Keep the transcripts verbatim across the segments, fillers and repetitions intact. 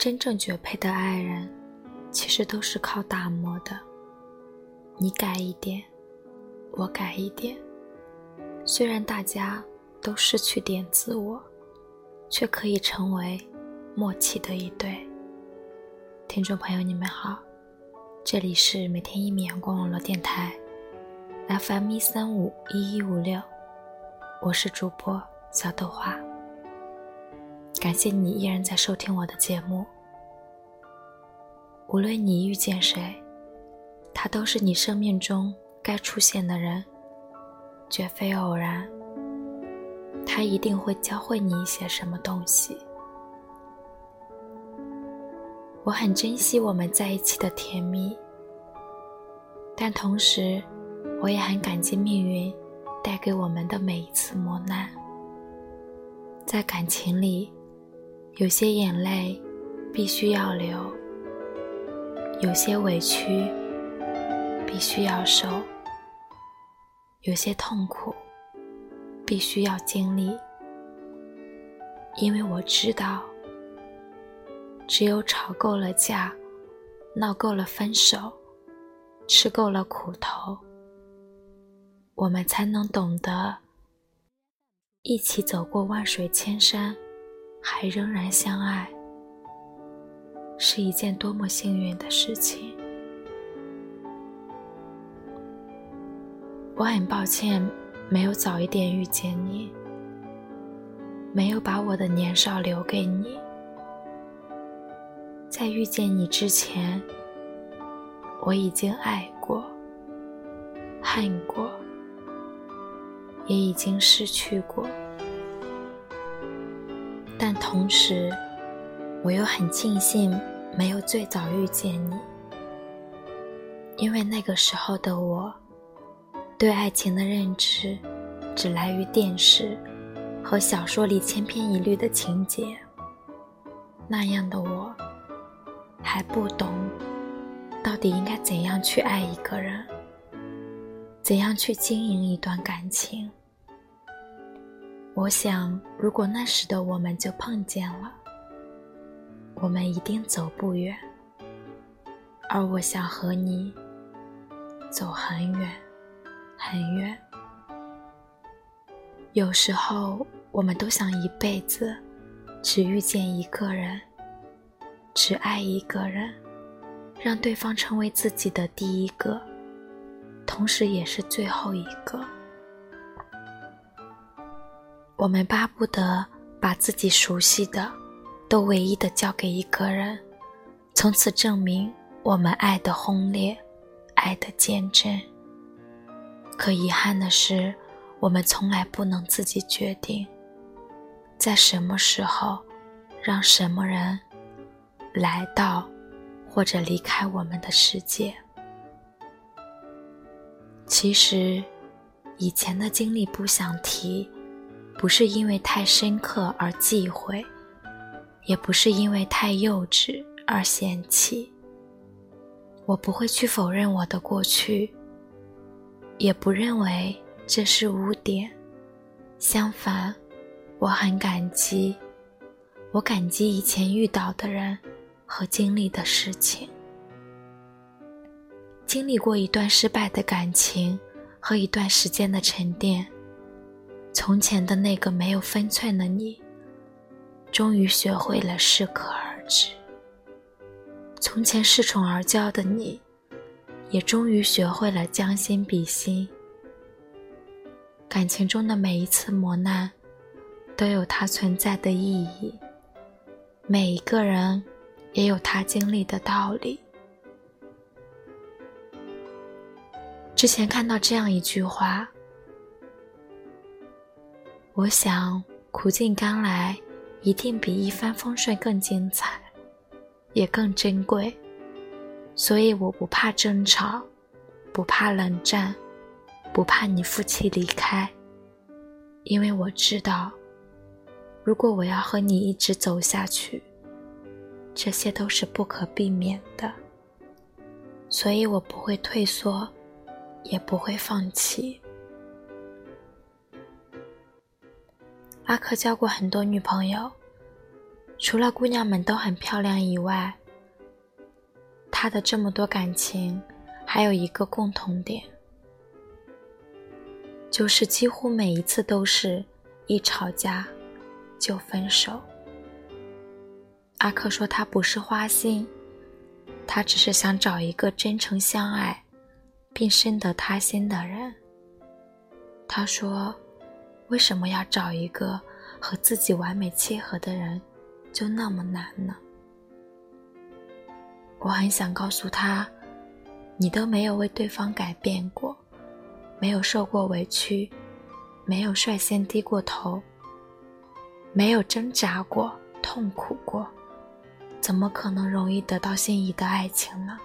真正绝配的爱人，其实都是靠打磨的。你改一点，我改一点，虽然大家都失去点自我，却可以成为默契的一对。听众朋友你们好，这里是每天一米阳光网络电台 F M 一三五一一五六，我是主播小豆花。感谢你依然在收听我的节目。无论你遇见谁，他都是你生命中该出现的人，绝非偶然。他一定会教会你一些什么东西。我很珍惜我们在一起的甜蜜，但同时我也很感激命运带给我们的每一次磨难。在感情里，有些眼泪必须要流，有些委屈必须要受，有些痛苦必须要经历。因为我知道，只有吵够了架，闹够了分手，吃够了苦头，我们才能懂得一起走过万水千山，还仍然相爱，是一件多么幸运的事情。我很抱歉没有早一点遇见你，没有把我的年少留给你。在遇见你之前，我已经爱过，恨过，也已经失去过。但同时，我又很庆幸没有最早遇见你，因为那个时候的我，对爱情的认知只来于电视和小说里千篇一律的情节。那样的我，还不懂到底应该怎样去爱一个人，怎样去经营一段感情。我想，如果那时的我们就碰见了，我们一定走不远。而我想和你走很远很远。有时候我们都想一辈子只遇见一个人，只爱一个人，让对方成为自己的第一个，同时也是最后一个。我们巴不得把自己熟悉的都唯一的交给一个人，从此证明我们爱的轰烈，爱的坚贞。可遗憾的是，我们从来不能自己决定，在什么时候让什么人来到或者离开我们的世界。其实以前的经历不想提，不是因为太深刻而忌讳，也不是因为太幼稚而嫌弃。我不会去否认我的过去，也不认为这是污点。相反，我很感激，我感激以前遇到的人和经历的事情。经历过一段失败的感情和一段时间的沉淀，从前的那个没有分寸的你，终于学会了适可而止。从前恃宠而骄的你，也终于学会了将心比心。感情中的每一次磨难都有它存在的意义，每一个人也有他经历的道理。之前看到这样一句话，我想苦尽甘来一定比一帆风顺更精彩，也更珍贵。所以我不怕争吵，不怕冷战，不怕你负气离开，因为我知道，如果我要和你一直走下去，这些都是不可避免的。所以我不会退缩，也不会放弃。阿克交过很多女朋友， 除了姑娘们都很漂亮以外，她的这么多感情还有一个共同点，就是几乎每一次都是一吵架就分手。阿克说他不是花心，他只是想找一个真诚相爱并深得他心的人。他说，为什么要找一个和自己完美契合的人就那么难呢？我很想告诉他，你都没有为对方改变过，没有受过委屈，没有率先低过头，没有挣扎过，痛苦过，怎么可能容易得到心仪的爱情呢？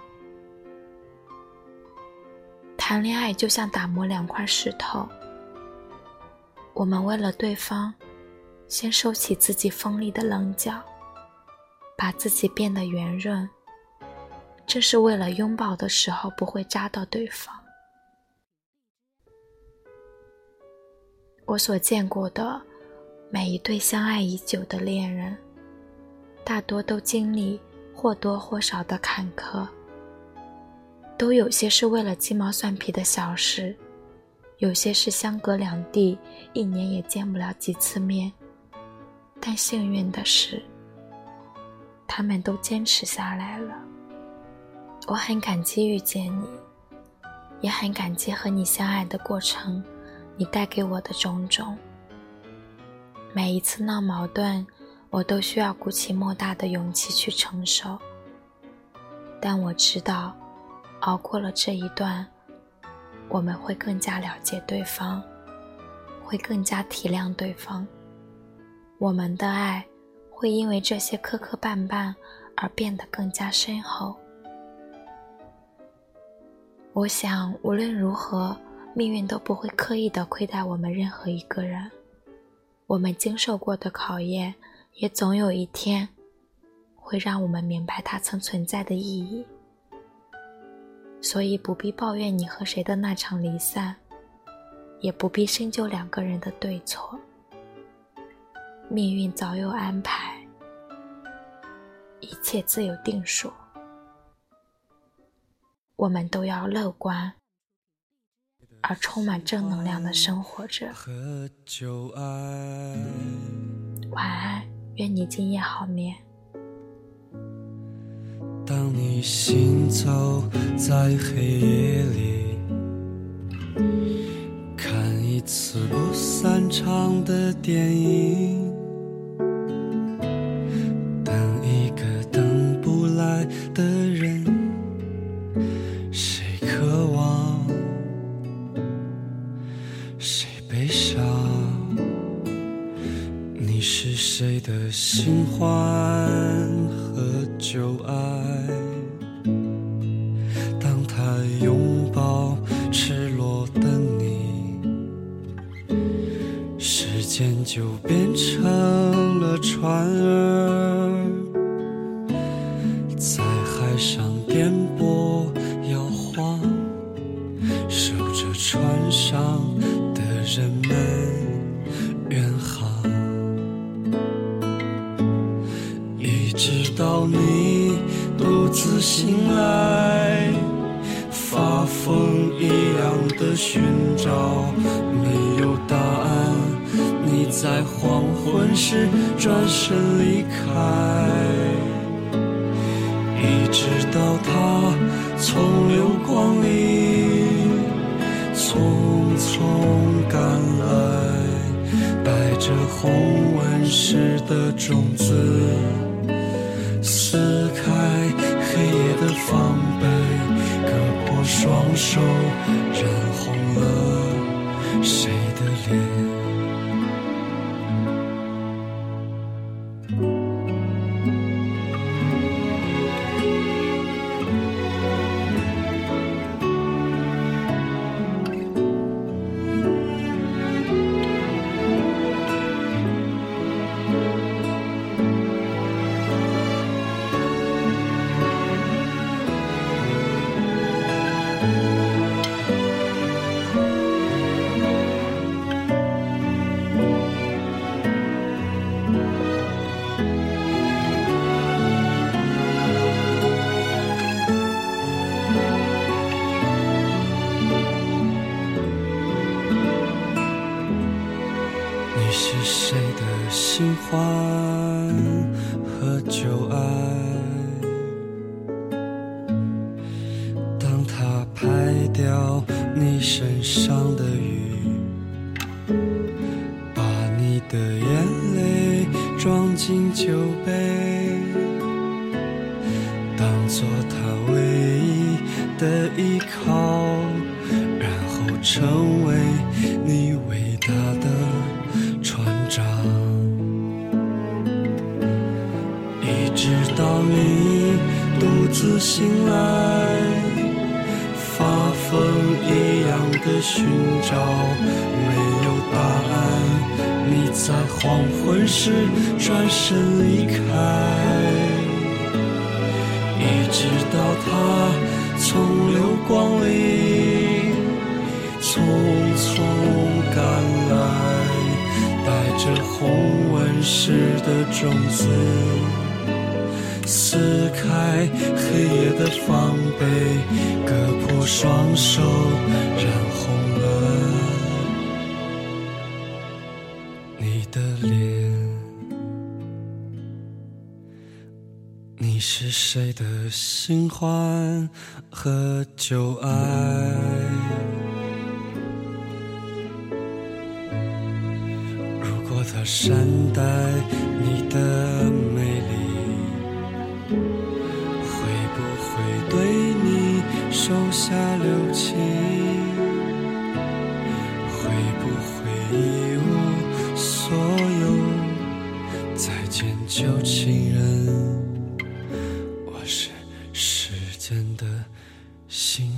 谈恋爱就像打磨两块石头，我们为了对方，先收起自己锋利的棱角，把自己变得圆润，这是为了拥抱的时候不会扎到对方。我所见过的每一对相爱已久的恋人，大多都经历或多或少的坎坷，都有些是为了鸡毛蒜皮的小事，有些是相隔两地，一年也见不了几次面。但幸运的是，他们都坚持下来了。我很感激遇见你，也很感激和你相爱的过程，你带给我的种种。每一次闹矛盾，我都需要鼓起莫大的勇气去承受，但我知道熬过了这一段，我们会更加了解对方，会更加体谅对方，我们的爱会因为这些磕磕绊绊而变得更加深厚。我想无论如何，命运都不会刻意地亏待我们任何一个人，我们经受过的考验也总有一天会让我们明白它曾存在的意义。所以不必抱怨你和谁的那场离散，也不必深究两个人的对错，命运早有安排，一切自有定数。我们都要乐观而充满正能量的生活着。晚安，愿你今夜好眠。 当你行走在黑夜里，看一次不散场的电影，等一个等不来的人，谁渴望，谁悲伤，你是谁的新欢和旧爱，当他拥抱赤裸的你，时间就变成了船儿，在海上颠簸摇晃，守着船上的人们远航，一直到你独自醒来，发疯一样的寻找，没有答案，你在黄昏时转身离开，一直到他从流光里匆匆赶来，带着红纹石的种子，撕开黑夜的防备，割破双手，染红了谁的脸。 是谁的新欢和旧爱？当他拍掉你身上的雨，把你的眼泪装进酒杯，当作他唯一的依靠，然后成为你伟大的船长，一直到你独自醒来，发疯一样的寻找，没有答案，你在黄昏时转身离开，一直到他从流光里匆匆赶来，带着红纹石的种子，撕开黑夜的防备，割破双手，染红了你的脸。你是谁的新欢和旧爱？如果他善待你的美丽，会不会对你手下留情？会不会一无所有，再见旧情人？我是时间的星